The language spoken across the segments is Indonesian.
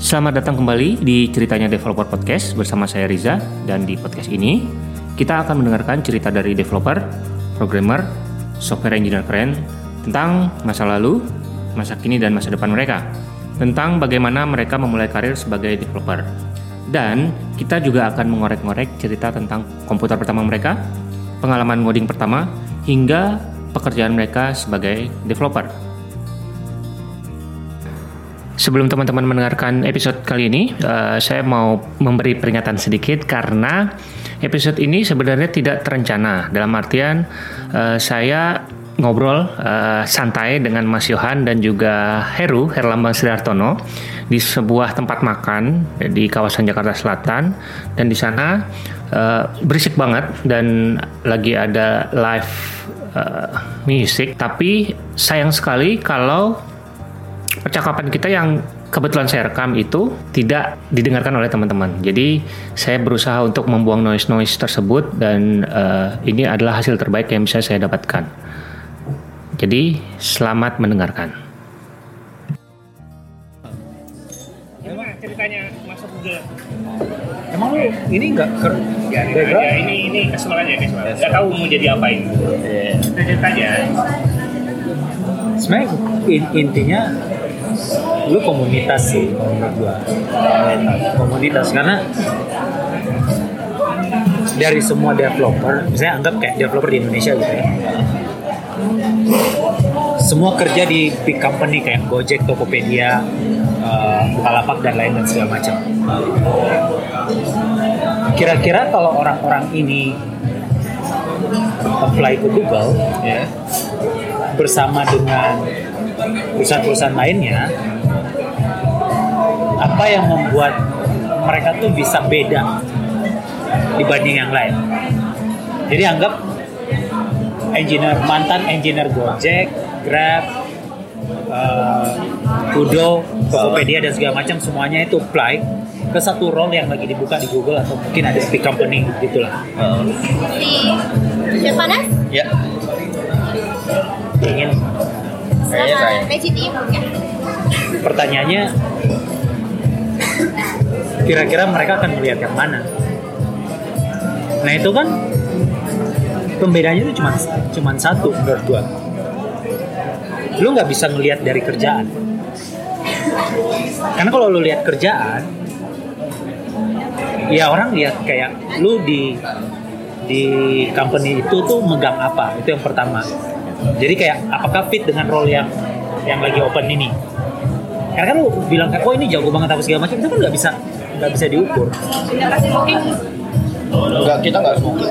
Selamat datang kembali di Ceritanya Developer Podcast bersama saya Riza. Dan di podcast ini kita akan mendengarkan cerita dari developer, programmer, software engineer keren tentang masa lalu, masa kini dan masa depan mereka, tentang bagaimana mereka memulai karir sebagai developer. Dan kita juga akan mengorek-ngorek cerita tentang komputer pertama mereka, pengalaman ngoding pertama, hingga pekerjaan mereka sebagai developer. Sebelum teman-teman mendengarkan episode kali ini, saya mau memberi peringatan sedikit karena episode ini sebenarnya tidak terencana. Dalam artian saya ngobrol santai dengan Mas Yohan dan juga Herlambang Srihartono di sebuah tempat makan di kawasan Jakarta Selatan, dan di sana berisik banget dan lagi ada live music. Tapi sayang sekali kalau percakapan kita yang kebetulan saya rekam itu tidak didengarkan oleh teman-teman. Jadi saya berusaha untuk membuang noise tersebut, dan ini adalah hasil terbaik yang bisa saya dapatkan. Jadi selamat mendengarkan. Gimana ceritanya masuk Google? Emang lu ini nggak Ya, ini casual aja. Nggak tahu mau jadi apa ini. Cerita aja. Sebenarnya intinya lu komunitas sih menurut gua. Komunitas karena dari semua developer, misalnya anggap kayak developer di Indonesia gitu ya, semua kerja di big company kayak Gojek, Tokopedia, Bukalapak dan lain dan segala macam. Kira-kira kalau orang-orang ini apply ke Google ya, bersama dengan perusahaan-perusahaan lainnya, apa yang membuat mereka tuh bisa beda dibanding yang lain? Jadi anggap mantan engineer Gojek, Grab, Kudo, Tokopedia dan segala macam, semuanya itu apply ke satu role yang lagi dibuka di Google atau mungkin ada big company gitulah. Chef Panas? Ya. Ingin Sama Magic Team ya? pertanyaannya, kira-kira mereka akan melihat yang mana? Nah itu kan pembedanya itu cuma satu menurut gua. Lu nggak bisa ngelihat dari kerjaan, karena kalau lu lihat kerjaan, ya orang lihat kayak lu di company itu tuh megang apa, itu yang pertama. Jadi kayak apakah fit dengan role yang lagi open ini? Karena kan lu bilang kayak, oh ini jago banget apa segala macam, itu kan nggak bisa diukur. Udah pasti booking. Enggak, kita nggak smoking.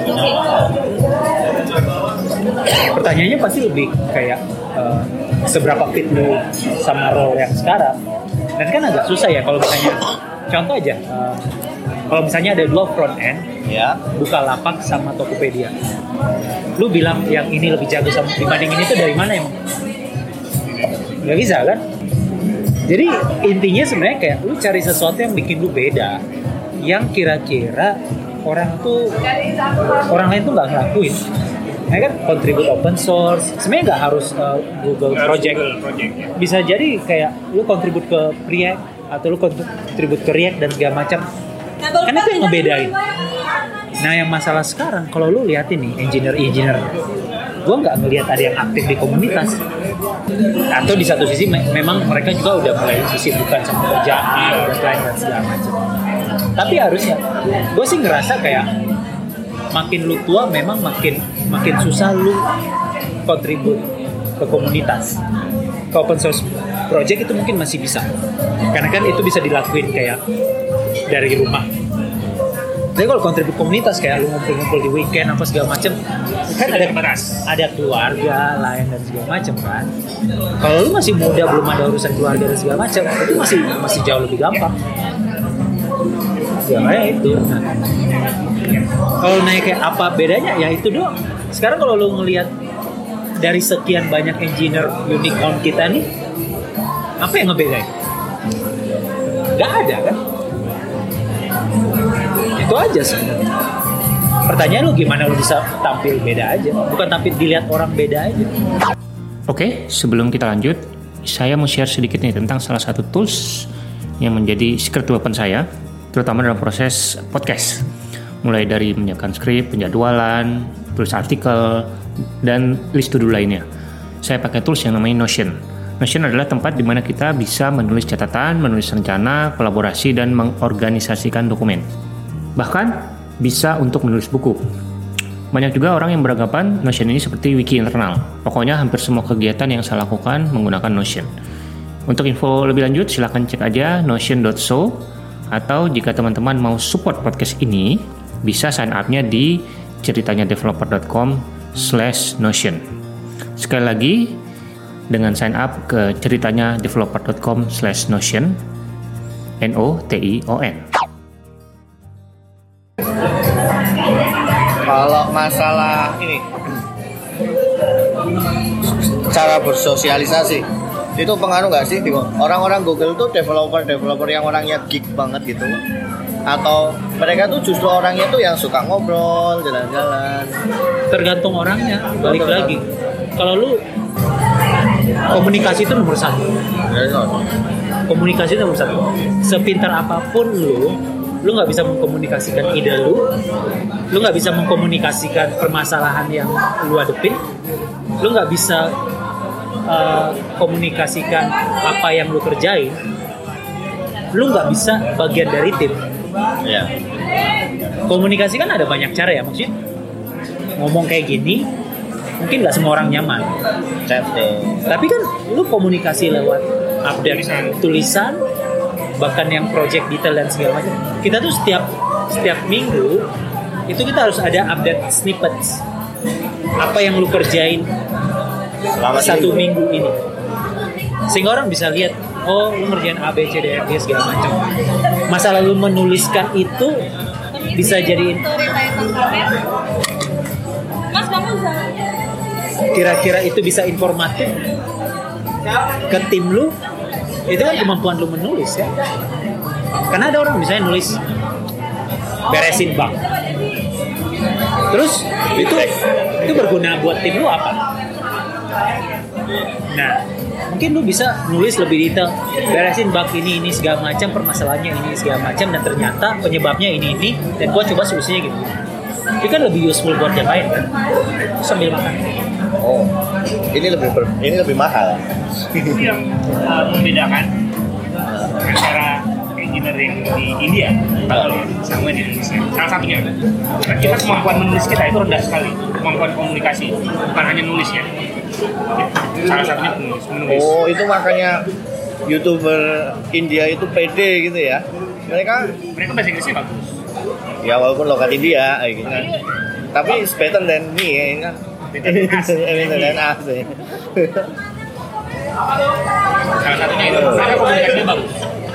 Pertanyaannya pasti lebih kayak seberapa fit lu sama role yang sekarang. Dan kan agak susah ya kalau misalnya, contoh aja, kalau misalnya ada dua front end, Ya. Bukalapak sama Tokopedia, lu bilang yang ini lebih jago sama dibanding ini tuh dari mana emang? Nggak bisa kan? Jadi intinya sebenarnya kayak lu cari sesuatu yang bikin lu beda, yang kira-kira orang lain tuh nggak ngelakuin. Nah kan contribute open source, sebenarnya nggak harus Google Project. Bisa jadi kayak lu contribute ke Preact atau lu contribute ke React dan segala macam. Kan itu yang ngebedain. Nah yang masalah sekarang, kalau lu liatin nih engineer, gue nggak ngelihat ada yang aktif di komunitas. Atau di satu sisi memang mereka juga udah mulai disibukkan sama kerjaan dan lain dan segala macam. Tapi harusnya, gue sih ngerasa kayak makin lu tua memang makin susah lu kontribut ke komunitas. Ke open source project itu mungkin masih bisa, karena kan itu bisa dilakuin kayak dari rumah. Tapi kalau kontribut komunitas kayak lu ngumpul-ngumpul di weekend apa segala macam, kan ada keluarga lain dan segala macam kan. Kalau lu masih muda belum ada urusan keluarga dan segala macam, itu masih jauh lebih gampang. Ya kayak itu. Nah, kalau naik kayak apa bedanya? Ya itu doang. Sekarang kalau lu ngelihat dari sekian banyak engineer unicorn kita nih, apa yang ngebedain? Gak ada kan? Itu aja sebenarnya. Pertanyaan lu gimana lu bisa tampil beda aja, bukan tampil dilihat orang beda aja. Oke, sebelum kita lanjut, saya mau share sedikit nih tentang salah satu tools yang menjadi secret weapon saya, terutama dalam proses podcast. Mulai dari menyiapkan skrip, penjadwalan, tulis artikel, dan list to do lainnya. Saya pakai tools yang namanya Notion. Notion adalah tempat di mana kita bisa menulis catatan, menulis rencana, kolaborasi, dan mengorganisasikan dokumen. Bahkan bisa untuk menulis buku. Banyak juga orang yang beranggapan Notion ini seperti wiki internal. Pokoknya hampir semua kegiatan yang saya lakukan menggunakan Notion. Untuk info lebih lanjut silahkan cek aja notion.so, atau jika teman-teman mau support podcast ini bisa sign up-nya di ceritanyadeveloper.com/notion. Sekali lagi, dengan sign up ke ceritanyadeveloper.com/notion, NOTION. Kalau masalah ini cara bersosialisasi itu pengaruh nggak sih? Orang-orang Google tuh developer yang orangnya geek banget gitu, atau mereka tuh justru orangnya tuh yang suka ngobrol, jalan-jalan? Tergantung orangnya. Balik lagi, kalau lu komunikasi itu nomor satu. Komunikasi itu nomor satu. Sepintar apapun lu nggak bisa mengkomunikasikan ide lu nggak bisa mengkomunikasikan permasalahan yang lu hadepin, lu nggak bisa komunikasikan apa yang lu kerjain, lu nggak bisa bagian dari tim. Iya. Komunikasi kan ada banyak cara ya, maksudnya ngomong kayak gini mungkin nggak semua orang nyaman, tapi kan lu komunikasi lewat update tulisan, bahkan yang project detail dan segala macam. Kita tuh setiap minggu itu kita harus ada update snippets apa yang lu kerjain selama satu minggu ini, sehingga orang bisa lihat, oh lu ngerjain A, B, C, D, F, G segala macam. Masalah lu menuliskan itu bisa jadiin kira-kira itu bisa informatif ke tim lu. Itu kan kemampuan lu menulis ya. Karena ada orang misalnya nulis beresin bug, terus itu berguna buat tim lu apa? Nah, mungkin lu bisa nulis lebih detail, beresin bug ini segala macam, permasalahannya ini segala macam, dan ternyata penyebabnya ini dan gua coba solusinya gitu. Itu kan lebih useful buat yang lain kan, sambil makan. Oh, ini lebih mahal. Itu yang membedakan antara engineering di India sama di Indonesia. Salah satunya, kita kemampuan menulis kita itu rendah sekali, kemampuan komunikasi, bukan hanya nulis ya. Salah satunya menulis. Oh, itu makanya YouTuber India itu pede gitu ya. Mereka bahasa Inggrisnya bagus. Ya walaupun lokal India gitu kan. Tapi it's better than me kan. Better than us. Salah satunya itu, karena komunikasinya bagus.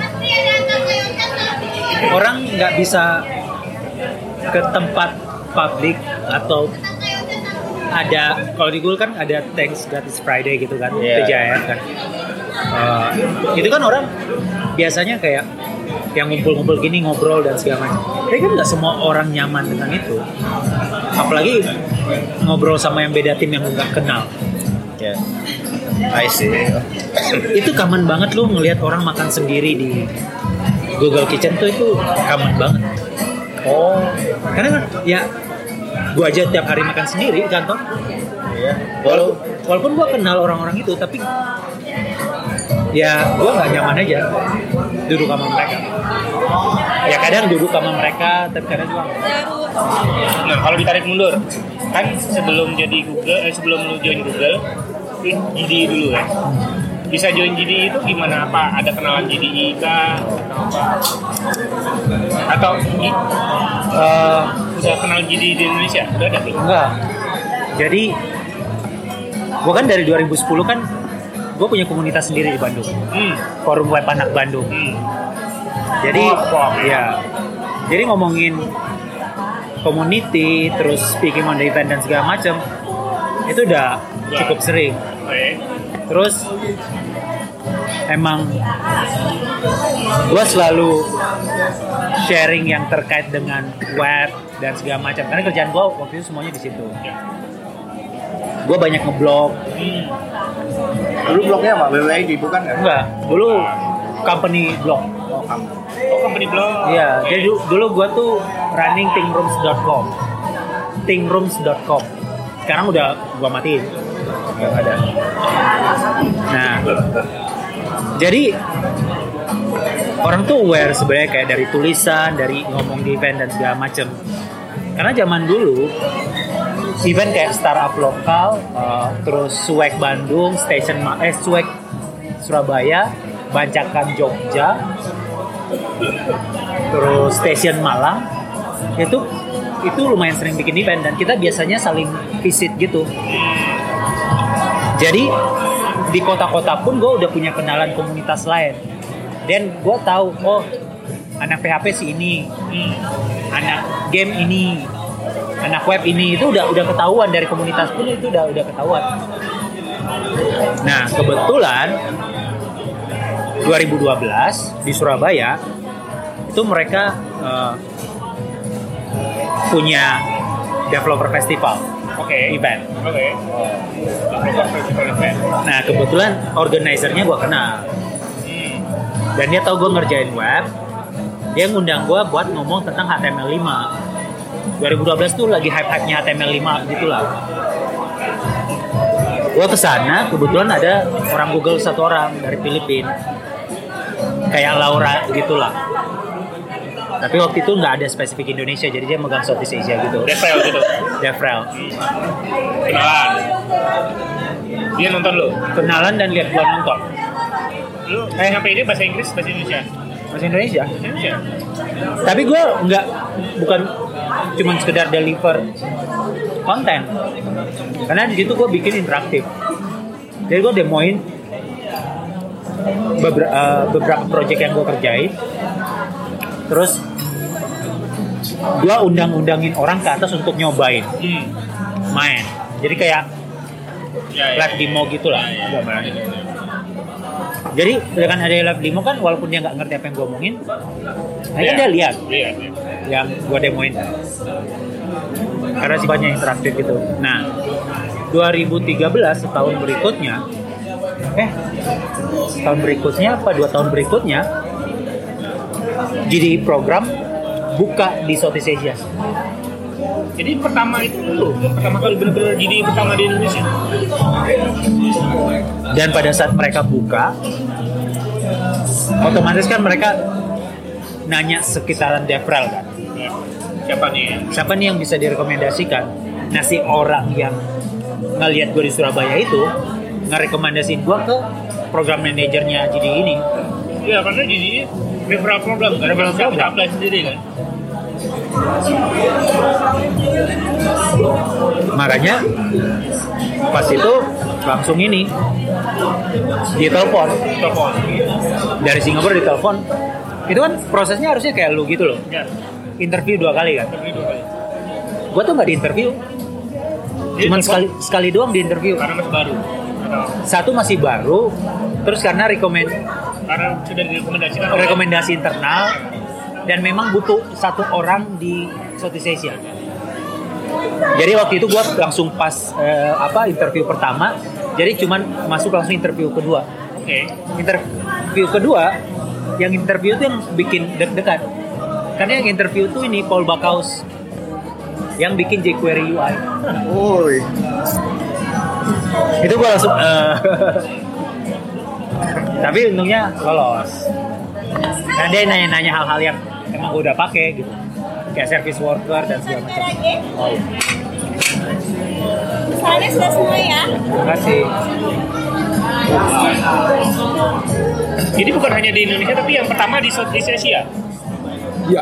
Orang nggak bisa ke tempat publik atau ada, kalau di Google kan ada thanks gratis Friday gitu kan, TJF kan. Itu kan orang biasanya kayak yang ngumpul-ngumpul gini, ngobrol dan segala macam. Tapi kan nggak semua orang nyaman dengan itu. Apalagi ngobrol sama yang beda tim yang lu nggak kenal. Ya, I see. Itu common banget lu ngelihat orang makan sendiri di Google Kitchen tuh, itu common banget. Oh, Karena kan ya gua aja tiap hari makan sendiri di kantor. iya. Walaupun gua kenal orang-orang itu, tapi ya gua nggak nyaman aja duduk sama mereka. Ya kadang duduk sama mereka, tapi kadang juga enggak. Nah, kalau ditarik mundur, kan sebelum jadi Google, sebelum lu join Google, GD dulu kan. Bisa join GD itu gimana? Apa ada kenalan GDI kah atau udah kenal GD di Indonesia? Udah ada belum? Enggak. Jadi gua kan dari 2010 kan gua punya komunitas sendiri di Bandung. Forum Web Anak Bandung. Jadi jadi ngomongin community, terus speaking on the event dan segala macam, itu udah cukup sering. Terus emang gue selalu sharing yang terkait dengan web dan segala macam, karena kerjaan gue waktu itu semuanya di situ. Gue banyak ngeblog. Dulu blognya apa? WWID bukan kan? Enggak, dulu company blog. Oh, kamu. Oh, company blog. Iya, Oke. jadi dulu gue tuh running thingrooms.com. Thingrooms.com. Sekarang udah gue matiin. Gak ada. Nah, jadi orang tuh aware sebenarnya kayak dari tulisan, dari ngomong di event dan segala macem. Karena zaman dulu event kayak startup lokal, terus Swag Bandung, Swag Surabaya, Bancakan Jogja, terus Station Malang, itu lumayan sering bikin event dan kita biasanya saling visit gitu. Jadi di kota-kota pun gue udah punya kenalan komunitas lain. Dan gue tahu, oh anak PHP si ini, anak game ini, anak web ini, itu udah ketahuan dari komunitas pun itu udah ketahuan. Nah kebetulan 2012 di Surabaya itu mereka punya developer festival. Event. Developer festival event. Nah kebetulan organizernya gue kenal. Dan dia tahu gue ngerjain web. Dia ngundang gue buat ngomong tentang HTML5. 2012 tuh lagi hype-hypenya HTML5 gitulah. Gue kesana, kebetulan ada orang Google satu orang dari Filipina. Kayak Laura gitulah. Tapi waktu itu nggak ada spesifik Indonesia, jadi dia megang Southeast Asia gitu. Devrel gitu. Devrel. Kenalan. Dia nonton lu. Kenalan dan lihat gue nonton. Lu sampai ini bahasa Inggris, bahasa Indonesia. Bahasa Indonesia. Indonesia. Tapi gue bukan cuma sekedar deliver konten, karena di situ gue bikin interaktif. Jadi gue demoin beberapa project yang gue kerjain, terus gue undang-undangin orang ke atas untuk nyobain main. Jadi kayak live demo gitulah. Jadi dengan ada live demo kan, walaupun dia nggak ngerti apa yang gue omongin, akhirnya dia lihat yang gue demoin. Karena sifatnya interaktif gitu. Nah, 2013 setahun berikutnya, 2 tahun berikutnya, jadi program buka di Southeast Asia. Jadi pertama kali benar-benar jadi pertama di Indonesia. Dan pada saat mereka buka, otomatis kan mereka nanya sekitaran Devrel kan. Siapa nih yang bisa direkomendasikan? Nah si orang yang ngelihat gue di Surabaya itu ngerekomendasiin gue ke program manajernya GD ini. Iya, karena GD ini referral program, karena bisa apply sendiri kan. Makanya pas itu langsung ini ditelepon dari Singapura, ditelepon. Itu kan prosesnya harusnya kayak lu gitu loh. Ya. Interview 2 kali kan. Gue tuh nggak diinterview, cuman sekali doang diinterview. Karena masih baru. Satu masih baru, terus karena sudah direkomendasikan rekomendasi internal, dan memang butuh satu orang di Southeast Asia. Jadi waktu itu gue langsung pas interview pertama, jadi cuman masuk langsung interview kedua. Interview kedua, yang interview itu yang bikin deg-degan. Karena yang interview tuh ini Paul Backhaus yang bikin jQuery UI. Woi. Itu gue langsung tapi untungnya lolos. Karena dia nanya-nanya hal-hal yang emang gue udah pakai gitu, kayak service worker dan segala macam. Oh iya. Pesanannya sudah semua ya. Terima kasih. Jadi bukan hanya di Indonesia, tapi yang pertama di Southeast Asia. Iya.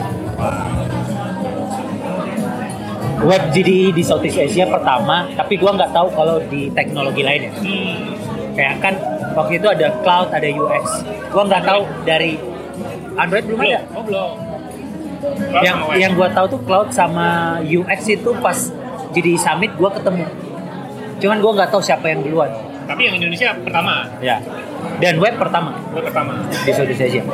Web GDE di Southeast Asia pertama, tapi gue nggak tahu kalau di teknologi lainnya. Kayak kan waktu itu ada cloud, ada UX. Gue nggak tahu dari Android belum ada. Oh belum. Yang gue tahu tuh cloud sama UX itu pas GDE Summit gue ketemu. Cuman gue nggak tahu siapa yang duluan. Tapi yang Indonesia pertama. Ya. Dan web pertama. Di Southeast Asia.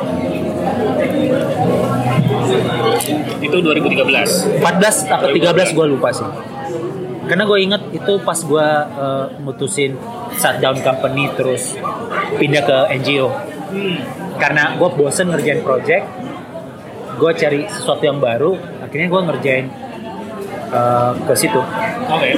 Itu 2013. 14 atau 13 gue lupa sih. Karena gue inget itu pas gue mutusin shutdown company terus pindah ke NGO. Karena gue bosen ngerjain project, gue cari sesuatu yang baru, akhirnya gue ngerjain ke situ. Oke.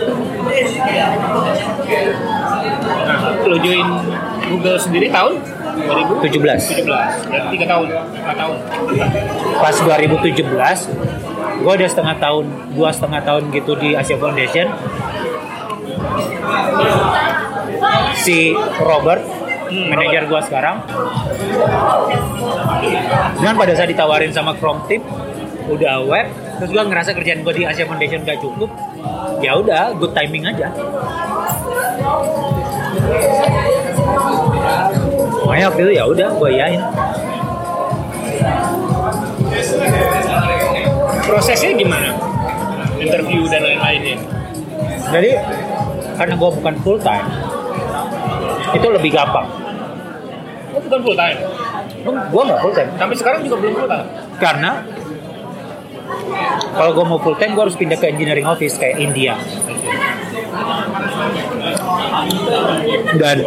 Nah, lo join Google sendiri tahun 17. 2017. Berarti 3 tahun, 4 tahun. Pas 2017, gue udah 2,5 tahun gitu di Asia Foundation. Si Robert, manajer gue sekarang, cuman pada saat ditawarin sama Chrome Tip, udah web, terus gue ngerasa kerjaan gue di Asia Foundation gak cukup, ya udah, good timing aja. Makanya waktu itu ya udah, gue iyain. Prosesnya gimana? Interview dan lain-lainnya. Jadi karena gue bukan full time, itu lebih gampang. Oh, bukan full time. Gue nggak full time. Sampai sekarang juga belum full time. Karena kalau gue mau full time, gue harus pindah ke engineering office kayak India. Dan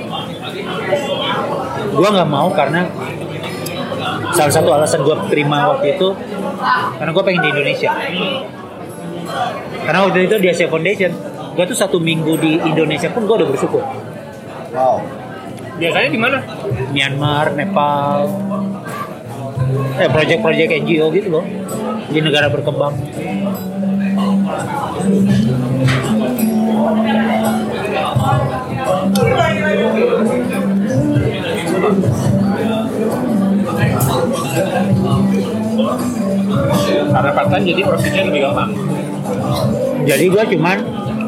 gue nggak mau karena salah satu alasan gue terima waktu itu karena gue pengen di Indonesia. Karena waktu itu di Asia Foundation, gue tuh 1 minggu di Indonesia pun gue udah bersyukur. Wow. Biasanya di mana? Myanmar, Nepal, project-project NGO gitu loh, di negara berkembang. Karena part-time jadi prosesnya lebih gampang. Jadi gue cuman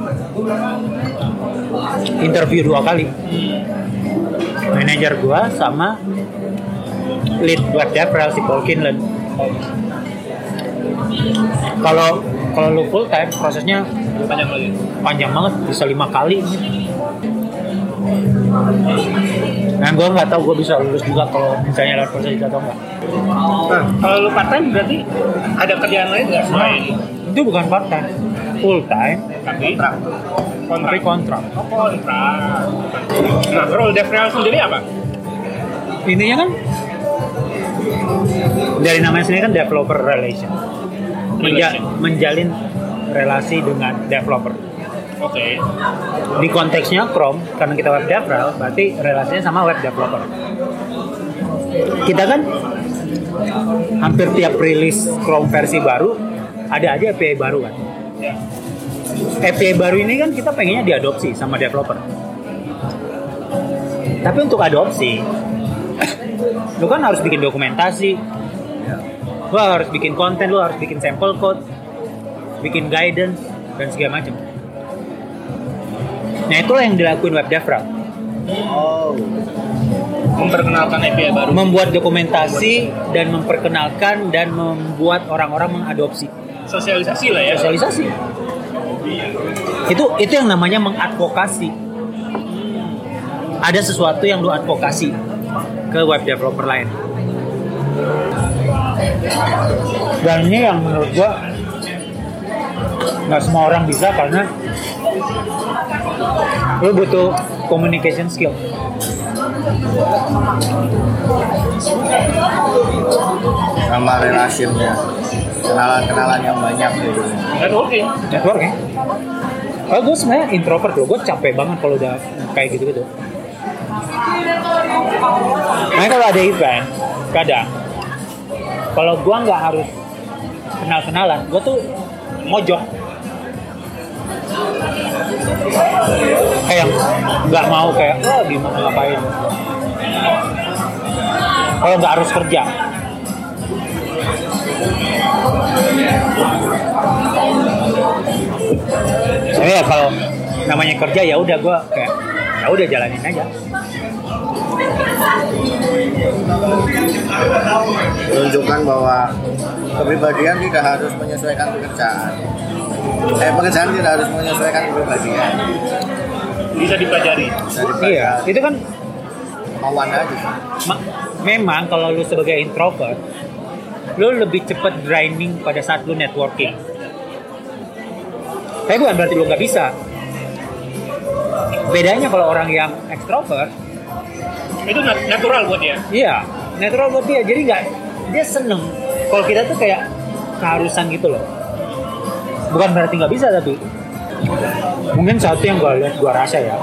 interview 2 kali. Manajer gue sama lead web dev si Paul Kinlan. Kalau lu full time prosesnya panjang banget, bisa 5 kali. Nah, gue nggak tahu gue bisa lulus juga kalau misalnya lewat proses itu atau enggak. Nah, kalau lu part time berarti ada kerjaan lain nggak selain Itu bukan part time, full time, tapi tapi kontrak. Oh, kontrak. Nah, role DevRel sendiri apa? Intinya kan dari namanya sendiri kan developer relation. Menjalin relasi dengan developer. Oke. Di konteksnya Chrome, karena kita web developer, berarti relasinya sama web developer. Kita kan hampir tiap rilis Chrome versi baru ada aja API baru kan. Ya. API baru ini kan kita pengennya diadopsi sama developer. Tapi untuk adopsi, lu kan harus bikin dokumentasi, lu harus bikin konten, lu harus bikin sampel code, bikin guidance dan segala macam. Nah, itulah yang dilakuin web developer. Oh. Memperkenalkan API baru. Membuat dokumentasi dan memperkenalkan dan membuat orang-orang mengadopsi. Sosialisasi lah ya. Sosialisasi. Itu yang namanya mengadvokasi. Ada sesuatu yang lu advokasi ke web developer lain. Dan ini yang menurut gua nggak semua orang bisa karena lu butuh communication skill. Sama relasinya, kenalan-kenalan yang banyak gitu. Networking. Kalau gue sebenarnya introvert loh, gue capek banget kalau udah kayak gitu-gitu. Nah, kalau ada event, kadang kalau gue nggak harus kenal-kenalan, gue tuh mojok. Kayak nggak mau kayak, oh gimana ngapain. Kalau nggak harus kerja. Jadi ya kalau namanya kerja ya udah gue kayak ya udah jalanin aja. Menunjukkan bahwa kepribadian tidak harus menyesuaikan pekerjaan. Pekerjaan tidak harus menyesuaikan kepribadian. Bisa dipelajari. Iya, itu kan Kawan aja. Memang kalau lu sebagai introvert, lu lebih cepat draining pada saat lu networking. Tapi bukan berarti lu nggak bisa. Bedanya kalau orang yang extrovert, Itu natural buat dia. Iya, natural buat dia. Jadi nggak, dia seneng. Kalau kita tuh kayak keharusan gitu loh. Bukan berarti nggak bisa, tapi mungkin satu yang gue lihat, gue rasa ya,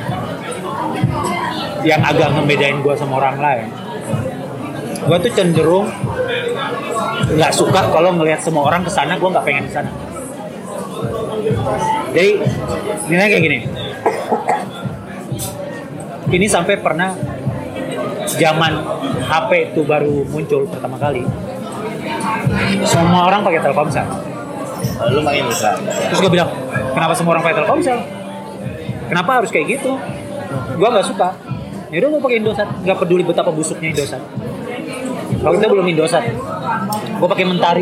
yang agak ngebedain gue sama orang lain, gue tuh cenderung nggak suka kalau ngelihat semua orang kesana, gue nggak pengen kesana. Jadi nilainya kayak gini. Ini sampai pernah zaman HP itu baru muncul pertama kali, semua orang pakai Telkomsel. Lu makin besar. Terus gue bilang, kenapa semua orang pakai Telkomsel? Kenapa harus kayak gitu? Gue nggak suka. Ya udah gue pakai Indosat. Nggak peduli betapa busuknya Indosat. Kalau kita belum Indosat, gue pakai Mentari.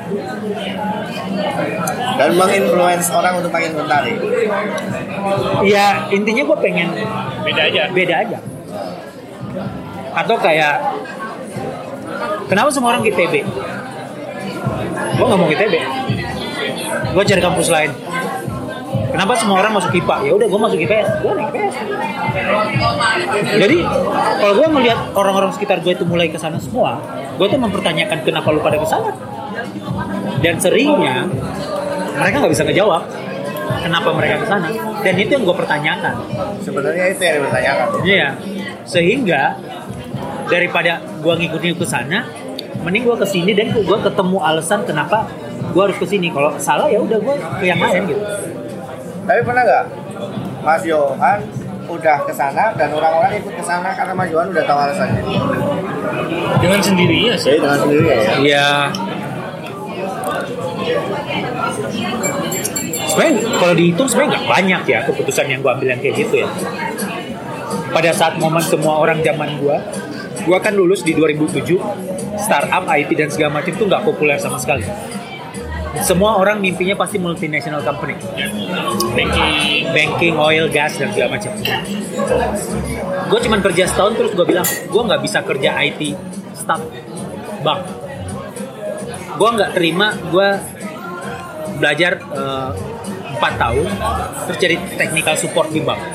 Dan menginfluence orang untuk pakai Mentari. Ya intinya gue pengen beda aja. Atau kayak, kenapa semua orang ITB? Gue nggak mau ITB. Gue cari kampus lain. Kenapa semua orang masuk IPA? Ya udah gue masuk IPS. Gue naik IPS. Jadi kalau gue melihat orang-orang sekitar gue itu mulai kesana semua, gue tuh mempertanyakan kenapa lu pada kesana. Dan seringnya mereka nggak bisa ngejawab kenapa mereka kesana. Dan itu yang gue pertanyakan. Sebenarnya itu yang dipertanyakan. Iya. Sehingga daripada gue ngikutin ke sana, mending gue kesini dan gue ketemu alasan kenapa gue harus kesini. Kalau salah ya udah gue ke yang lain gitu. Tapi pernah nggak Mas Yohan udah kesana dan orang-orang ikut kesana karena Mas Yohan udah tahu alasannya? Dengan sendirinya sih. Jadi dengan sendirinya ya. Iya. Sebenarnya kalau dihitung sebenarnya nggak banyak ya keputusan yang gue ambil yang kayak gitu ya. Pada saat momen semua orang zaman gue kan lulus di 2007, startup IT dan segala macam itu nggak populer sama sekali. Semua orang mimpinya pasti multinational company, banking, oil, gas dan segala macam. Gue cuman kerja setahun terus gue bilang gue nggak bisa kerja IT staff bank. Gue nggak terima gue belajar 4 tahun terus jadi technical support di bank.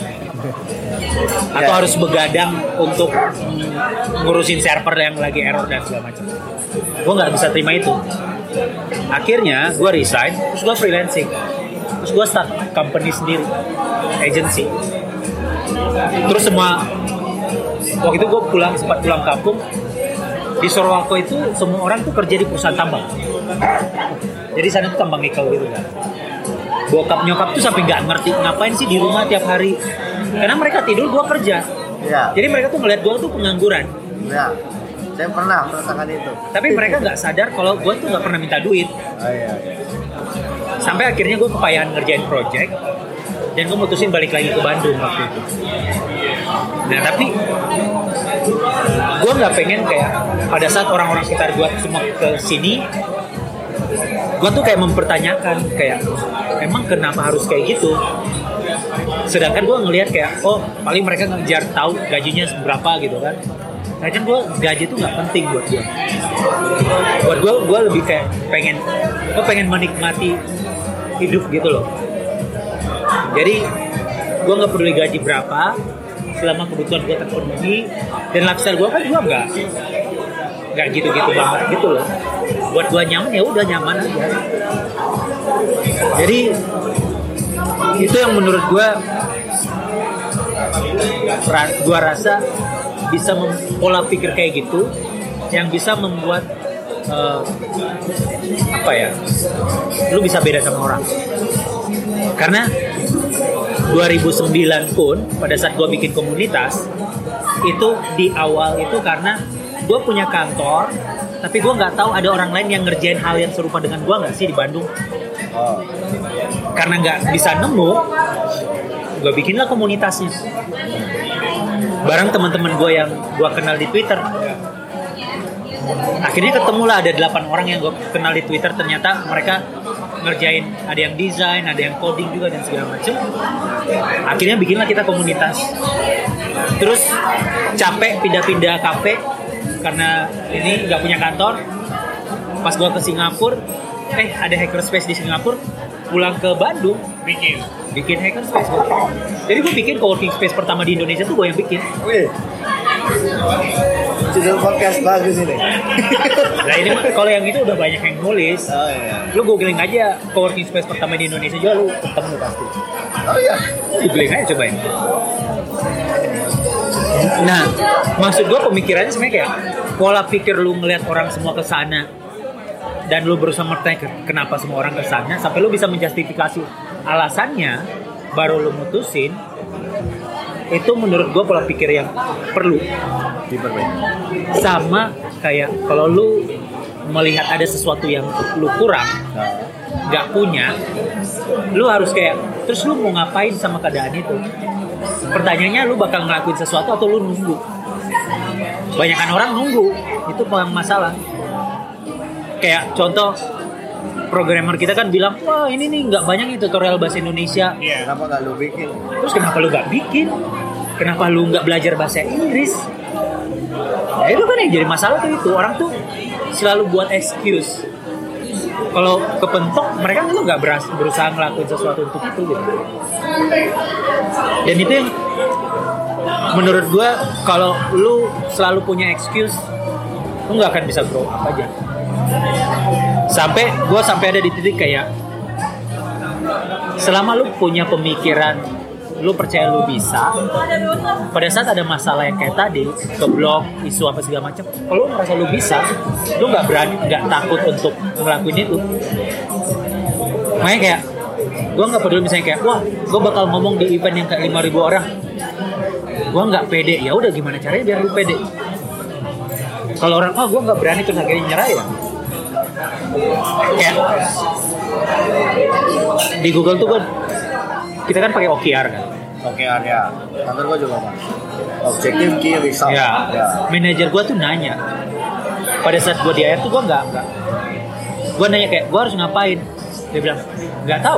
Atau harus begadang untuk ngurusin server yang lagi error dan segala macam. Gue nggak bisa terima itu. Akhirnya gue resign, terus gue freelancing, terus gue start company sendiri, agency. Terus semua waktu itu gue sempat pulang kampung. Di Sorowako itu semua orang tuh kerja di perusahaan tambang. Jadi sana tuh tambang nikel gitu kan. Bokap nyokap tuh sampai nggak ngerti ngapain sih di rumah tiap hari. Karena mereka tidur, gue kerja. Ya. Jadi mereka tuh ngeliat gue tuh pengangguran. Ya. Saya pernah merasakan itu. Tapi mereka nggak sadar kalau gue tuh nggak pernah minta duit. Oh, iya. Sampai akhirnya gue kepayahan ngerjain project dan gue mutusin balik lagi ke Bandung waktu itu. Nah tapi gue nggak pengen kayak pada saat orang-orang sekitar gue semua ke sini, gue tuh kayak mempertanyakan kayak emang kenapa harus kayak gitu. Sedangkan gue ngelihat kayak oh paling mereka ngejar tahu gajinya berapa gitu kan. Nah kan gue gaji tuh nggak penting buat gue. Buat gue lebih kayak pengen menikmati hidup gitu loh. Jadi gue nggak peduli gaji berapa selama kebutuhan gue terpenuhi dan lifestyle gue kan juga nggak gitu-gitu banget gitu loh. Buat gue nyaman ya udah nyaman aja. Jadi itu yang menurut gue rasa bisa pola pikir kayak gitu yang bisa membuat lu bisa beda sama orang. Karena 2009 pun pada saat gue bikin komunitas itu di awal itu karena gue punya kantor tapi gue nggak tahu ada orang lain yang ngerjain hal yang serupa dengan gue nggak sih di Bandung. Karena nggak bisa nemu, gue bikinlah komunitasnya bareng teman-teman gue yang gue kenal di Twitter. Akhirnya ketemulah ada 8 orang yang gue kenal di Twitter. Ternyata mereka ngerjain, ada yang desain, ada yang coding juga dan segala macam. Akhirnya bikinlah kita komunitas. Terus capek pindah-pindah kafe karena ini nggak punya kantor. Pas gue ke Singapura, ada hackerspace di Singapura. Pulang ke Bandung bikin hackerspace. Jadi gue bikin co-working space pertama di Indonesia tuh gue yang bikin. Judul podcast bagus ini. Nah ini kalau yang itu udah banyak yang nulis. Oh iya. Lu googling aja coworking space pertama di Indonesia juga lu ketemu pasti. Oh iya. Googling aja cobain. Nah, maksud gue pemikirannya sebenarnya kayak pola pikir lu ngelihat orang semua ke sana dan lu berusaha bertanya kenapa semua orang ke sana sampai lu bisa menjustifikasi alasannya baru lu mutusin. Itu menurut gue pola pikir yang perlu diperbaiki. Sama kayak kalau lu melihat ada sesuatu yang lu kurang, nggak punya, lu harus kayak terus lu mau ngapain sama keadaan itu? Pertanyaannya lu bakal ngelakuin sesuatu atau lu nunggu? Banyakan orang nunggu, itu yang masalah. Kayak contoh programmer kita kan bilang, wah ini nih nggak banyak nih tutorial bahasa Indonesia. Iya. Kenapa nggak lu bikin? Terus kenapa lu nggak bikin? Kenapa lu nggak belajar bahasa Inggris? Nah, itu kan yang jadi masalah tuh itu orang tuh selalu buat excuse. Kalau kepentok mereka tuh nggak berusaha ngelakuin sesuatu untuk itu gitu. Dan itu yang menurut gua kalau lu selalu punya excuse, lu nggak akan bisa grow up aja. Sampai ada di titik kayak selama lu punya pemikiran lu percaya lu bisa, pada saat ada masalah yang kayak tadi ke blog, isu apa segala macam, kalau lu merasa lu bisa, lu nggak berani, nggak takut untuk ngelakuin itu. Makanya kayak gue nggak peduli misalnya kayak wah gue bakal ngomong di event yang kayak 5.000 orang, gue nggak pede, ya udah gimana caranya biar lu pede. Kalau orang gue nggak berani terus akhirnya nyerah ya. Kayak di Google tuh kita kan pakai OKR kan. OKR ya. Kantor gua juga Mas. Objective key result. Ya. Manajer gua tuh nanya. Pada saat gua di akhir tuh gua enggak. Gua nanya kayak gua harus ngapain? Dia bilang, "Enggak tahu."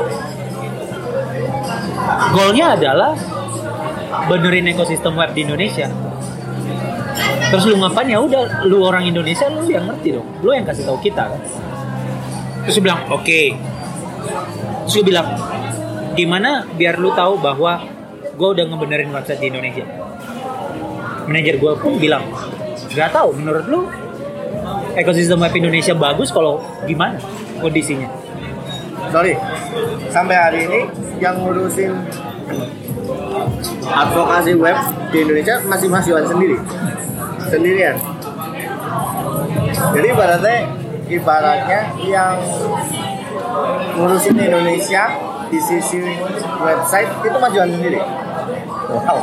Goalnya adalah benerin ekosistem web di Indonesia. Terus lu ngapain? Ya udah, lu orang Indonesia, lu yang ngerti dong. Lu yang kasih tahu kita kan. Terus dia bilang, "Oke." Terus dia bilang, gimana biar lu tahu bahwa gue udah ngebenerin website di Indonesia? Manajer gue pun bilang, nggak tahu. Menurut lu ekosistem web Indonesia bagus kalau gimana kondisinya? Sorry, sampai hari ini yang ngurusin advokasi web di Indonesia masih Mas Yohan sendirian. Jadi ibaratnya yang ngurusin Indonesia di sisi website itu Mas Yohan sendiri. Wow.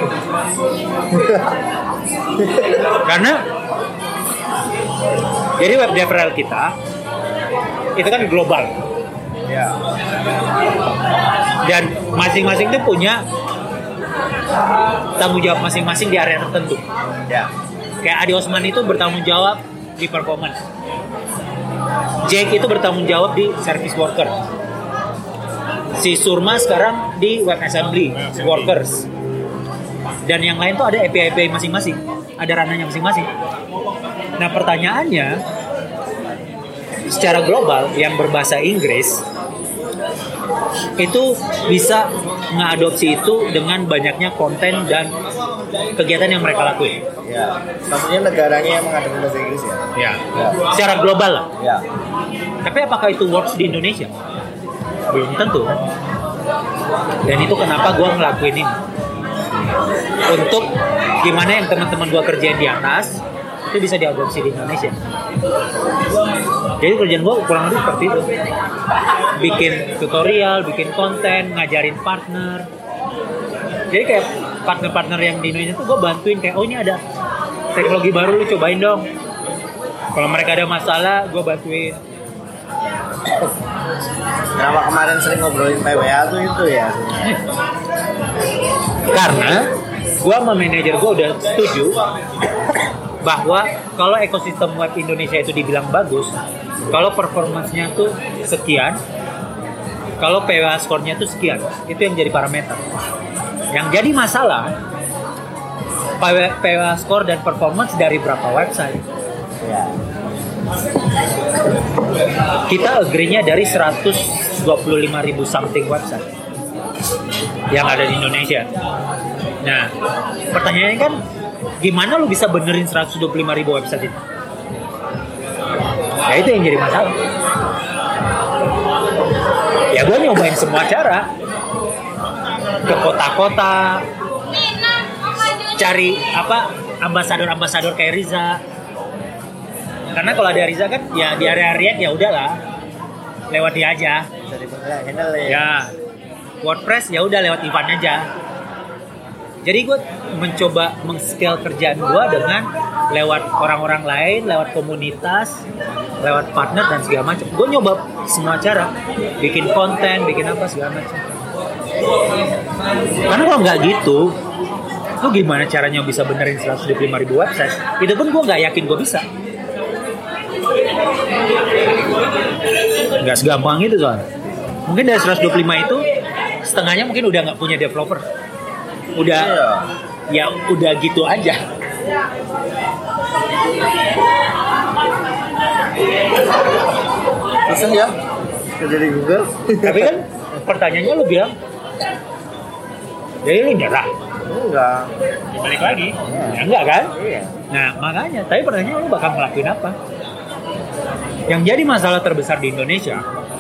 Karena jadi web development kita itu kan global. Ya. Dan masing-masing itu punya tanggung jawab masing-masing di area tertentu. Ya. Kayak Adi Osman itu bertanggung jawab di performance. Jake itu bertanggung jawab di service worker. Si Surma sekarang di web assembly workers. Dan yang lain tuh ada API masing-masing, ada ranahnya masing-masing. Nah pertanyaannya, secara global yang berbahasa Inggris itu bisa ngadopsi itu dengan banyaknya konten dan kegiatan yang mereka lakuin. Ya. Maksudnya negaranya yang mengadopsi bahasa Inggris ya. Ya. Secara global lah. Ya. Tapi apakah itu works di Indonesia? Belum tentu. Dan itu kenapa gue ngelakuin ini. Untuk gimana yang teman-teman gue kerjain di atas itu bisa diadopsi di Indonesia. Jadi kerjaan gue kurang lebih seperti itu. Bikin tutorial, bikin konten, ngajarin partner. Jadi kayak partner-partner yang di Indonesia tuh gue bantuin kayak oh ini ada teknologi baru lu cobain dong. Kalau mereka ada masalah gue bantuin. Kenapa kemarin sering ngobrolin PWA tuh itu ya? Karena gue sama manajer gue udah setuju bahwa kalau ekosistem web Indonesia itu dibilang bagus, kalau performance-nya tuh sekian, kalau PWA score-nya tuh sekian, itu yang jadi parameter. Yang jadi masalah PWA score dan performance dari berapa website. Ya. Kita agree-nya dari 125.000 something website yang ada di Indonesia. Nah, pertanyaannya kan Gimana lu bisa benerin 125.000 website itu? Ya itu yang jadi masalah. Ya gue nyobain semua cara. Ke kota-kota, cari ambasador kayak Riza. Karena kalau ada Riza kan ya di area React ya udahlah, lewat dia aja. Ya WordPress ya udah lewat Ivan aja. Jadi gue mencoba meng-scale kerjaan gue dengan lewat orang-orang lain, lewat komunitas, lewat partner dan segala macam. Gue nyoba semua cara, bikin konten, bikin apa segala macam. Karena kalau nggak gitu, lu gimana caranya bisa benerin 125.000 website? Itu pun gue nggak yakin gue bisa. Nggak segampang itu soalnya. Mungkin dari 125 itu setengahnya mungkin udah nggak punya developer. Udah ya udah gitu aja. Susah ya kerja di Google. Tapi kan pertanyaannya lu bilang, jadi lu nyerah? Enggak. Balik lagi. Ya enggak kan? Iya. Nah makanya, tapi pertanyaannya lu bakal ngelakuin apa? Yang jadi masalah terbesar di Indonesia,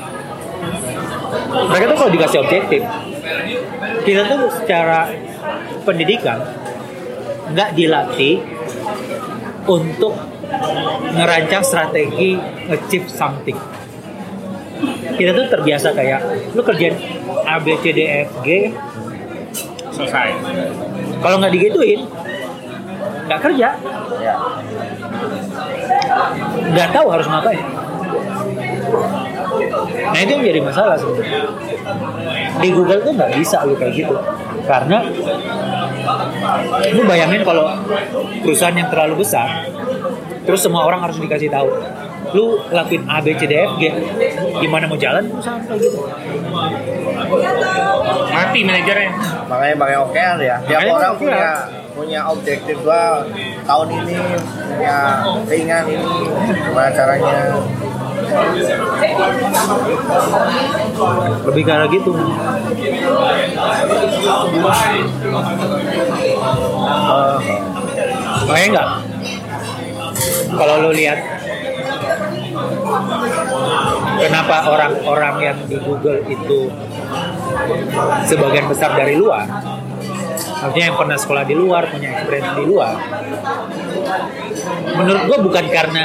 mereka tuh kalau dikasih objektif, kita tuh secara pendidikan nggak dilatih untuk ngerancang strategi achieve something. Kita tuh terbiasa kayak lu kerjain A, B, C, D, F, G, Selesai. kalau nggak digituin nggak kerja, Ya. nggak tahu harus ngapain. Nah itu yang jadi masalah sebenarnya. Di Google tuh nggak bisa lu kayak gitu, karena lu bayangin kalau perusahaan yang terlalu besar, terus semua orang harus dikasih tahu, lu lakuin A, B, C, D, F, G, gimana mau jalan perusahaan kayak gitu? Mati manajernya. Makanya pakai OKR ya. Tiap Makanya orang OKR. punya objektif gua tahun ini, punya keinginan ini, gimana caranya. Lebih ke arah gitu. Makanya enggak. Kalau lu lihat kenapa orang-orang yang di Google itu sebagian besar dari luar, artinya yang pernah sekolah di luar, punya experience di luar, menurut gua bukan karena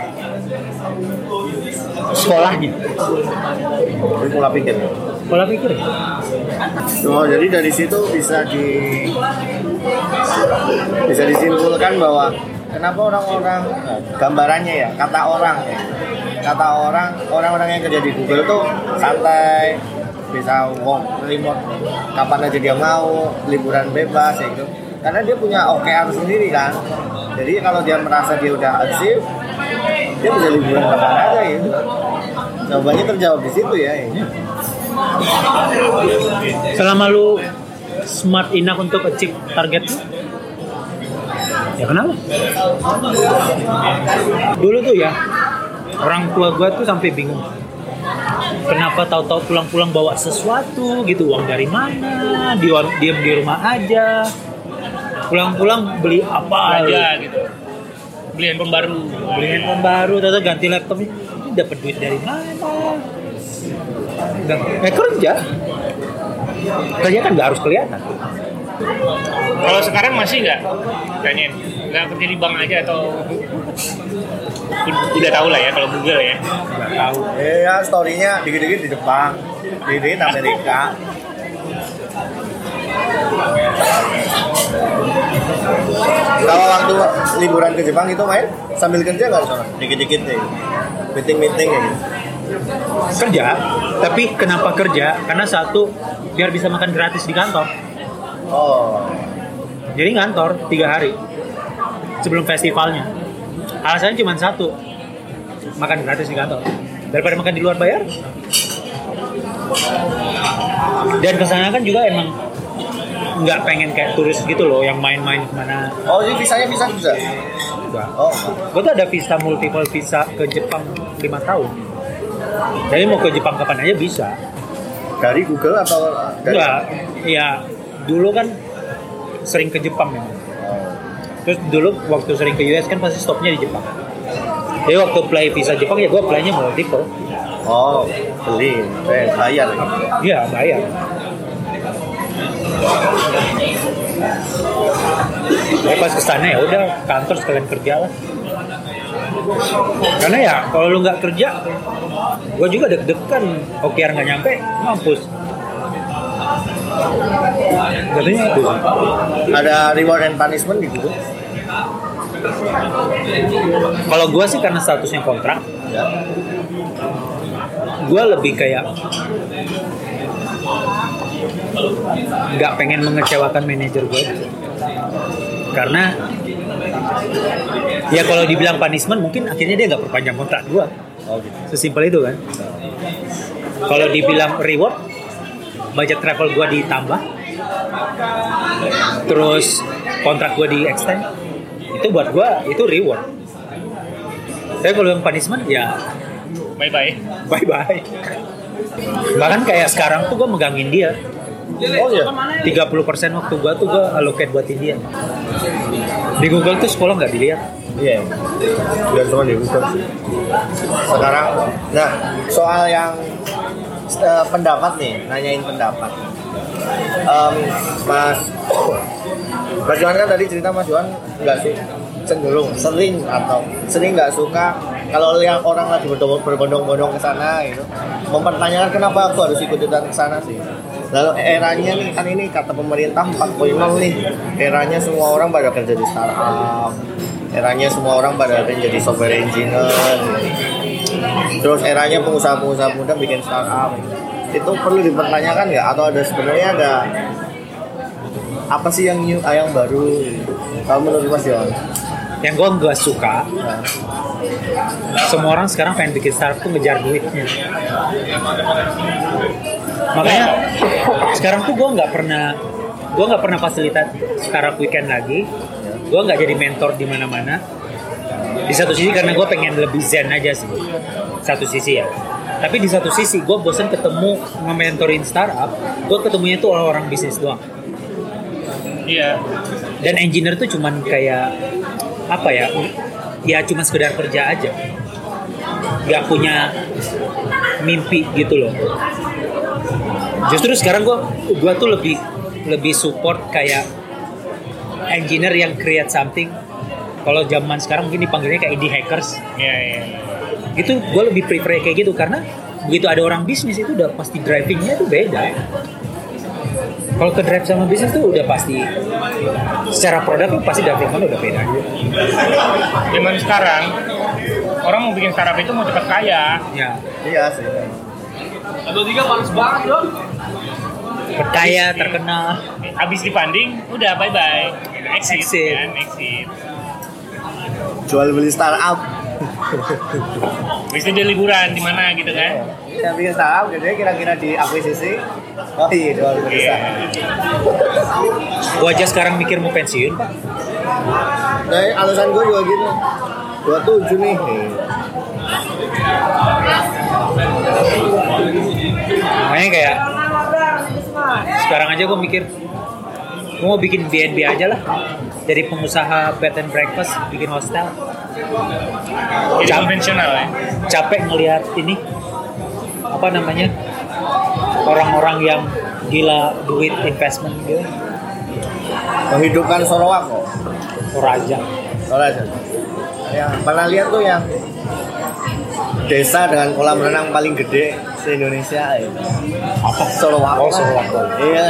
sekolahnya, Jadi pola pikir. pola pikir. Oh, jadi dari situ bisa disimpulkan bahwa kenapa orang-orang gambarannya ya, kata orang yang kerja di Google tuh santai, bisa remote kapan aja dia mau, liburan bebas ya gitu. Karena dia punya OKR sendiri kan. Jadi kalau dia merasa dia udah achieve, dia bisa liburan kapan aja gitu. Jawabannya terjawab di situ ya. Selama lu smart enough untuk achieve target lu, ya kenapa? Dulu tuh ya, orang tua gua tuh sampai bingung. Kenapa tahu-tahu pulang-pulang bawa sesuatu gitu, uang dari mana? Diam di rumah aja. Pulang-pulang beli apa Aja gitu. Beli handphone baru. tahu-tahu ganti laptop. Ini dapat duit dari mana? Kerja kan nggak harus kelihatan. Kalau sekarang masih nggak? Tanyain. Nggak kerja di bank aja atau udah tahu lah ya kalau Google ya. Nggak tahu. Ya story-nya dikit-dikit di Jepang, dikit-dikit Amerika. Kalau waktu liburan ke Jepang itu main sambil kerja nggak soalnya? Dikit-dikit deh, meeting ya. Kerja, tapi kenapa kerja? Karena satu, biar bisa makan gratis di kantor. Oh, Jadi ngantor 3 hari sebelum festivalnya. Alasannya cuma satu, makan gratis di kantor. Daripada makan di luar bayar. Dan kesana kan juga emang nggak pengen kayak turis gitu loh, yang main-main kemana. oh jadi visanya bisa juga. Enggak. Oh, Gue tuh ada visa multiple visa ke Jepang 5 tahun. Jadi mau ke Jepang kapan aja bisa. dari Google atau dari? Enggak, ya dulu kan sering ke Jepang memang. Terus dulu waktu sering ke US kan pasti stopnya di Jepang. Jadi waktu apply visa Jepang ya gue apply-nya multiple. Oh, beli, bayar. Iya, bayar. Tapi pas kesana ya udah kantor sekalian kerja lah. Karena ya kalau lu nggak kerja, gue juga deg-degan. OKR nggak nyampe, mampus. Katanya itu. Ada reward and punishment gitu. Kalau gue sih karena statusnya kontrak, Ya. gue lebih kayak nggak pengen mengecewakan manajer gue. Karena ya kalau dibilang punishment mungkin akhirnya dia nggak perpanjang kontrak gue. Oh gitu. Sesimpel itu kan. Kalau dibilang reward, budget travel gue ditambah, terus kontrak gue di extend, itu buat gue itu reward. Tapi kalau yang punishment ya Bye bye. bye bye. Bahkan kayak sekarang tuh gue megangin dia. Oh iya. 30% waktu gue tuh gue allocate buat dia. Di Google tuh sekolah nggak dilihat. Iya. Udah cuma di Google. Sekarang, nah soal yang pendapat nih, nanyain pendapat. Mas Johan kan tadi cerita Mas Johan nggak sih cenderung sering nggak suka kalau lihat orang lagi berbondong-bondong ke sana gitu, mempertanyakan kenapa aku harus ikut-ikutan ke sana sih. Lalu eranya nih kan ini kata pemerintah 4.0 nih, eranya semua orang pada kerja di startup, eranya semua orang pada jadi software engineer, terus eranya pengusaha-pengusaha muda bikin startup. Itu perlu dipertanyakan nggak, atau ada sebenarnya ada apa sih yang new, yang baru? Kalau menurut Mas Johan? Yang gue nggak suka, semua orang sekarang pengen bikin startup tuh ngejar duitnya. Makanya sekarang tuh gue nggak pernah fasilitas startup weekend lagi. Gue nggak jadi mentor di mana-mana. Di satu sisi karena gue pengen lebih zen aja sih, satu sisi ya. Tapi di satu sisi gue bosen ketemu nge-mentorin startup. Gue ketemunya tuh orang-orang bisnis doang. Iya. Dan engineer tuh cuman kayak apa ya? Ya cuma sekedar kerja aja. Gak punya mimpi gitu loh. Justru sekarang gue tuh lebih support kayak engineer yang create something. Kalau zaman sekarang mungkin dipanggilnya kayak indie hackers. Iya. Itu gue lebih prefer kayak gitu karena begitu ada orang bisnis itu udah pasti drivingnya tuh beda. Kalau ke drive sama bisnis tuh udah pasti secara produk tuh pasti drivingnya udah beda. Zaman sekarang orang mau bikin startup itu mau cepat kaya. Ya. Iya sih. Atau tiga panas banget loh. Kaya, terkenal. Habis dipanding, udah bye bye. Exit. Exit. Kan? Exit. Jual beli startup. Habis itu dia liburan di mana gitu kan? Yang bikin startup jadi kira-kira di akuisisi. Oh iya, jual beli Iya. Gue aja sekarang mikir mau pensiun, Pak. Nah, alasan gue juga gitu. 27 nih. Makanya kayak sekarang aja gue mikir gue mau bikin B&B aja lah, jadi pengusaha bed and breakfast, bikin hostel. Jadi konvensional ya. Capek ngelihat ini apa namanya orang-orang yang gila duit investment gitu. Menghidupkan Sarawak kok. Toraja. Yang pernah lihat tuh yang desa dengan kolam renang paling gede se Indonesia ya. Apa? Sarawak. Oh, Sarawak. Iya.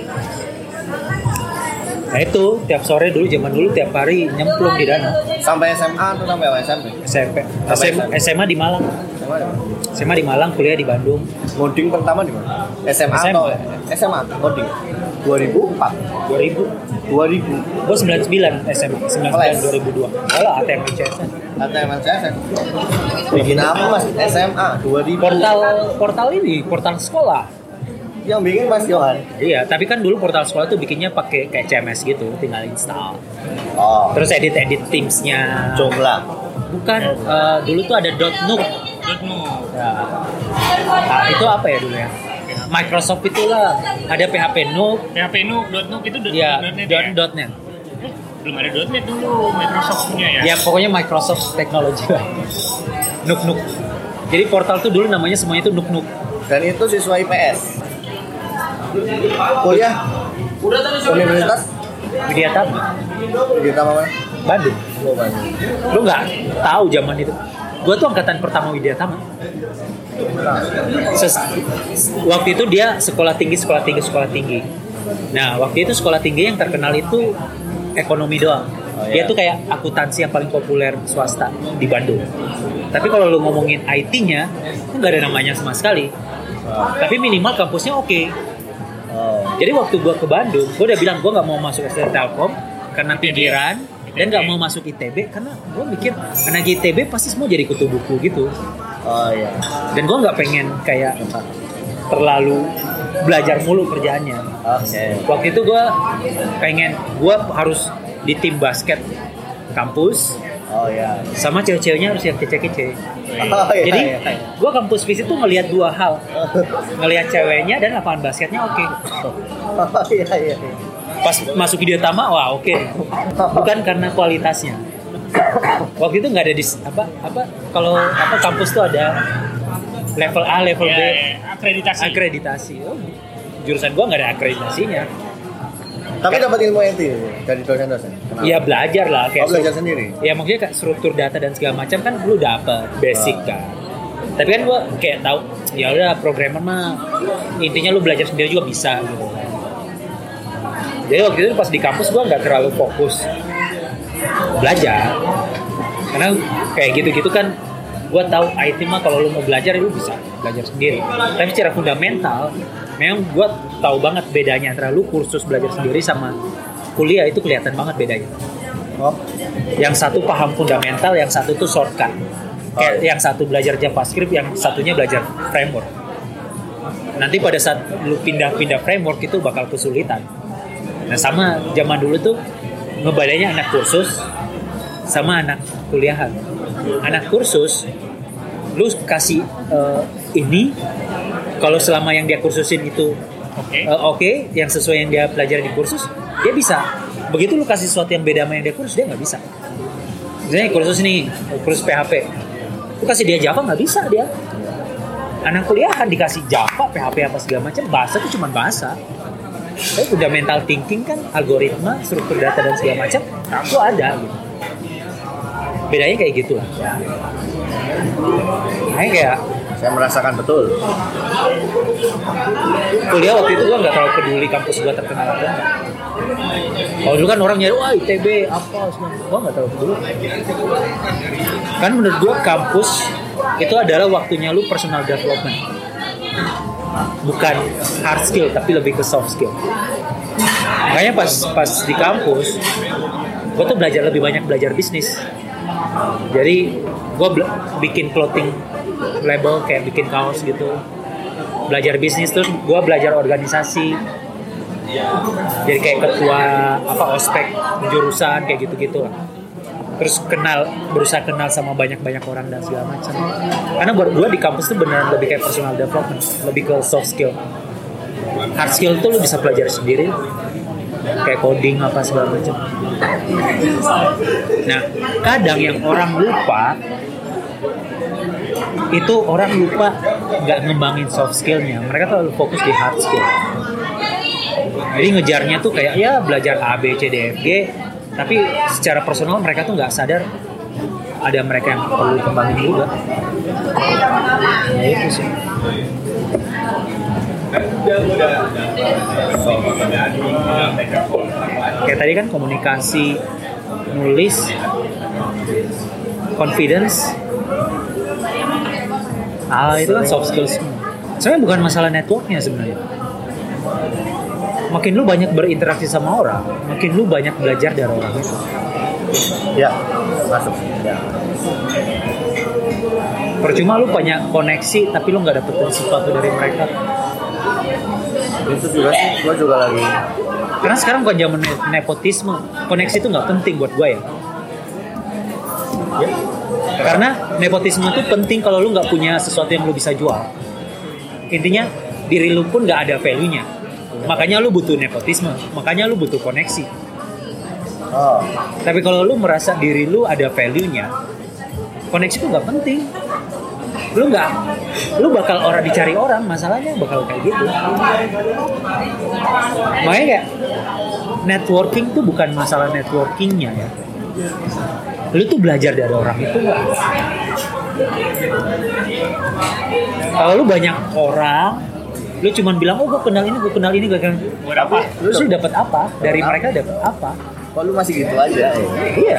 Nah itu tiap sore dulu, zaman dulu tiap hari nyemplung di danau. Sampai SMA atau sampai SMP? SMP. Sampai SMA di Malang. SMA di Malang, kuliah di Bandung. Ngoding pertama di mana? SMA atau SMA? Ngoding 2004. 2000. Gue 99 SMA, 99 2002. Kalau ATM CSN. ATM CSN. Bikin apa Mas? SMA 2000. Portal ini, portal sekolah. Yang bikin Mas Johan. Iya, tapi kan dulu portal sekolah tuh bikinnya pakai kayak CMS gitu, tinggal install. Oh. Terus edit Teams-nya. Joomla. Bukan, dulu tuh ada .NUG. Ya. Nah, itu apa ya dulu ya? Microsoft itulah, ada PHP Noob. PHP Noob, .NUG itu Iya, .NET ya? .NET. Belum ada .NET dulu, Microsoft punya ya. Ya pokoknya Microsoft Technology lah. Nuk. Jadi portal tuh dulu namanya semuanya tuh Nuk. Dan itu siswa IPS. Kuliah Universitas Widyatama, mana? Bandung. Oh, Bandung. Lu nggak tahu zaman itu? Gua tuh angkatan pertama Widyatama. Waktu itu dia sekolah tinggi. Nah, waktu itu sekolah tinggi yang terkenal itu ekonomi doang. Dia tuh kayak akuntansi yang paling populer swasta di Bandung. Tapi kalau lu ngomongin IT-nya, itu nggak ada namanya sama sekali. Tapi minimal kampusnya oke. Jadi waktu gue ke Bandung, gue udah bilang gue nggak mau masuk SDN Telkom karena pinggiran, dan nggak mau masuk ITB karena gue mikir anak ITB pasti semua jadi kutu buku gitu. Oh iya. Dan gue nggak pengen kayak terlalu belajar mulu kerjaannya. Waktu itu gue harus di tim basket kampus. Oh iya. Sama cewek-ceweknya harus yang kece-kece. Oh, iya, Jadi iya. gue kampus visit tuh ngelihat dua hal, ngelihat ceweknya dan lapangan basketnya oke. Oh iya. Pas masuk Widyatama, wah oke. Bukan karena kualitasnya. Waktu itu nggak ada kalau kampus tuh ada level A, level B, akreditasi. Oh, jurusan gue nggak ada akreditasinya. Tapi dapat ilmu IT dari dosen-dosen. Iya belajar lah kayak belajar sendiri. Ya maksudnya kayak struktur data dan segala macam kan lu dapet basic kan. Tapi kan gua kayak tahu ya udah programmer mah intinya lu belajar sendiri juga bisa gitu. Jadi waktu itu pas di kampus gua nggak terlalu fokus belajar. Karena kayak gitu-gitu kan gua tahu IT mah kalau lu mau belajar lu bisa belajar sendiri. Tapi secara fundamental memang gue tahu banget bedanya antara lu kursus belajar sendiri sama kuliah itu kelihatan banget bedanya. Yang satu paham fundamental, yang satu tuh shortcut. Kayak yang satu belajar JavaScript, yang satunya belajar framework. Nanti pada saat lu pindah-pindah framework itu bakal kesulitan. Nah sama zaman dulu tuh ngebedanya anak kursus sama anak kuliahan. Anak kursus lu kasih ini kalau selama yang dia kursusin itu oke, yang sesuai yang dia pelajari di kursus, dia bisa. Begitu lu kasih sesuatu yang beda sama yang dia kursus, dia nggak bisa. Misalnya kursus PHP, lu kasih dia Java nggak bisa dia. Anak kuliahan dikasih Java, PHP apa segala macam, bahasa itu cuma bahasa. Tapi udah mental thinking kan, algoritma, struktur data dan segala macam, itu ada gitu. Bedanya kayak gitu lah. Kayak saya merasakan betul. Kuliah waktu itu gue nggak terlalu peduli kampus gue terkenal apa enggak. Kalau dulu kan orang nyari wah ITB apa semua, gue nggak terlalu peduli. Kan menurut gue kampus itu adalah waktunya lu personal development, bukan hard skill tapi lebih ke soft skill. Makanya pas di kampus gue tuh lebih banyak belajar bisnis. Jadi gue bikin clothing label kayak bikin kaos gitu, belajar bisnis, terus gue belajar organisasi, jadi kayak ketua ospek jurusan kayak gitu-gitu lah. Terus berusaha kenal sama banyak orang dan segala macam. Karena buat gue di kampus tuh beneran lebih kayak personal development, lebih ke soft skill. Hard skill tuh lu bisa pelajari sendiri, kayak coding apa segala macam. Nah, kadang yang orang lupa itu nggak ngembangin soft skillnya, mereka terlalu fokus di hard skill. Jadi ngejarnya tuh kayak ya belajar A, B, C, D, F, G, tapi secara personal mereka tuh nggak sadar ada mereka yang perlu kembangin juga. Ya itu sih. Kayak tadi kan komunikasi, nulis, confidence, itu kan soft skills. Sebenarnya bukan masalah networknya sebenarnya. Makin lu banyak berinteraksi sama orang, makin lu banyak belajar dari orang itu. Ya, masuk. Ya. Percuma lu banyak koneksi, tapi lu nggak dapetin sesuatu dari mereka. Itu juga sih, gue juga lagi. Karena sekarang bukan zaman nepotisme, koneksi itu nggak penting buat gue ya. Karena nepotisme itu penting kalau lu nggak punya sesuatu yang lu bisa jual. Intinya diri lu pun nggak ada value-nya. Makanya lu butuh nepotisme, makanya lu butuh koneksi. Oh. Tapi kalau lu merasa diri lu ada value-nya, koneksi itu nggak penting. Lu bakal orang dicari orang, masalahnya bakal kayak gitu. Makanya kayak networking tuh bukan masalah networkingnya ya. Lu tuh belajar dari orang itu nggak? Kalau lu banyak orang, lu cuman bilang, oh gue kenal ini, gue kenal ini, Buat apa? lu dapat apa? Dari mereka dapat apa? Kok lu masih gitu aja? Iya.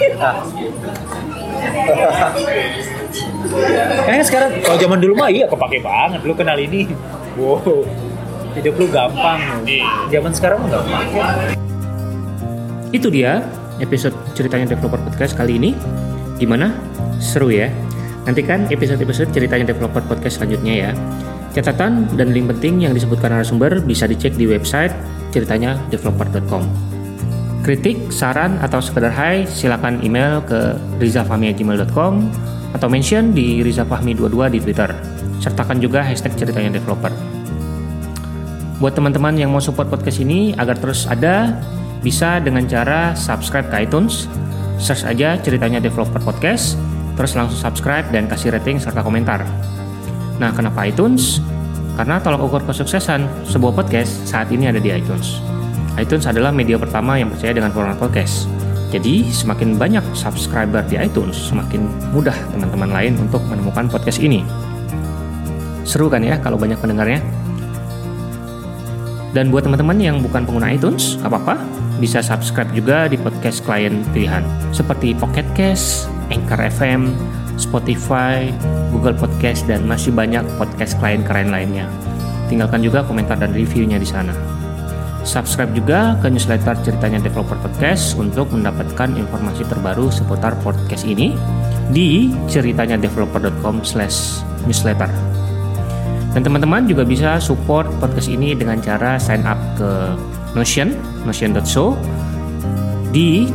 Kayaknya sekarang kalau zaman dulu mah iya kepake banget. Lu kenal ini, wow, hidup lu gampang. Zaman sekarang mah nggak kepake. Itu dia episode ceritanya Developer Podcast kali ini. Gimana? Seru ya? Nantikan episode-episode ceritanya Developer Podcast selanjutnya ya. Catatan dan link penting yang disebutkan narasumber bisa dicek di website ceritanya developer.com. Kritik, saran, atau sekedar hai silakan email ke rizafahmi@gmail.com atau mention di rizafahmi22 di Twitter. Sertakan juga hashtag ceritanya developer. Buat teman-teman yang mau support podcast ini agar terus ada, bisa dengan cara subscribe ke iTunes, search aja ceritanya Developer Podcast, terus langsung subscribe dan kasih rating serta komentar. Nah, kenapa iTunes? Karena tolak ukur kesuksesan sebuah podcast saat ini ada di iTunes. iTunes adalah media pertama yang percaya dengan format podcast. Jadi, semakin banyak subscriber di iTunes, semakin mudah teman-teman lain untuk menemukan podcast ini. Seru kan ya kalau banyak pendengarnya? Dan buat teman-teman yang bukan pengguna iTunes, gak apa-apa, bisa subscribe juga di podcast klien pilihan seperti Pocket Cast, Anchor FM, Spotify, Google Podcast, dan masih banyak podcast klien keren lainnya. Tinggalkan juga komentar dan reviewnya di sana. Subscribe juga ke newsletter ceritanya Developer Podcast untuk mendapatkan informasi terbaru seputar podcast ini di ceritanyadeveloper.com/newsletter. Dan teman-teman juga bisa support podcast ini dengan cara sign up ke notion.so di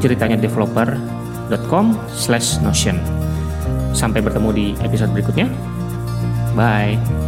ceritanyadeveloper.com/notion. Sampai bertemu di episode berikutnya. Bye.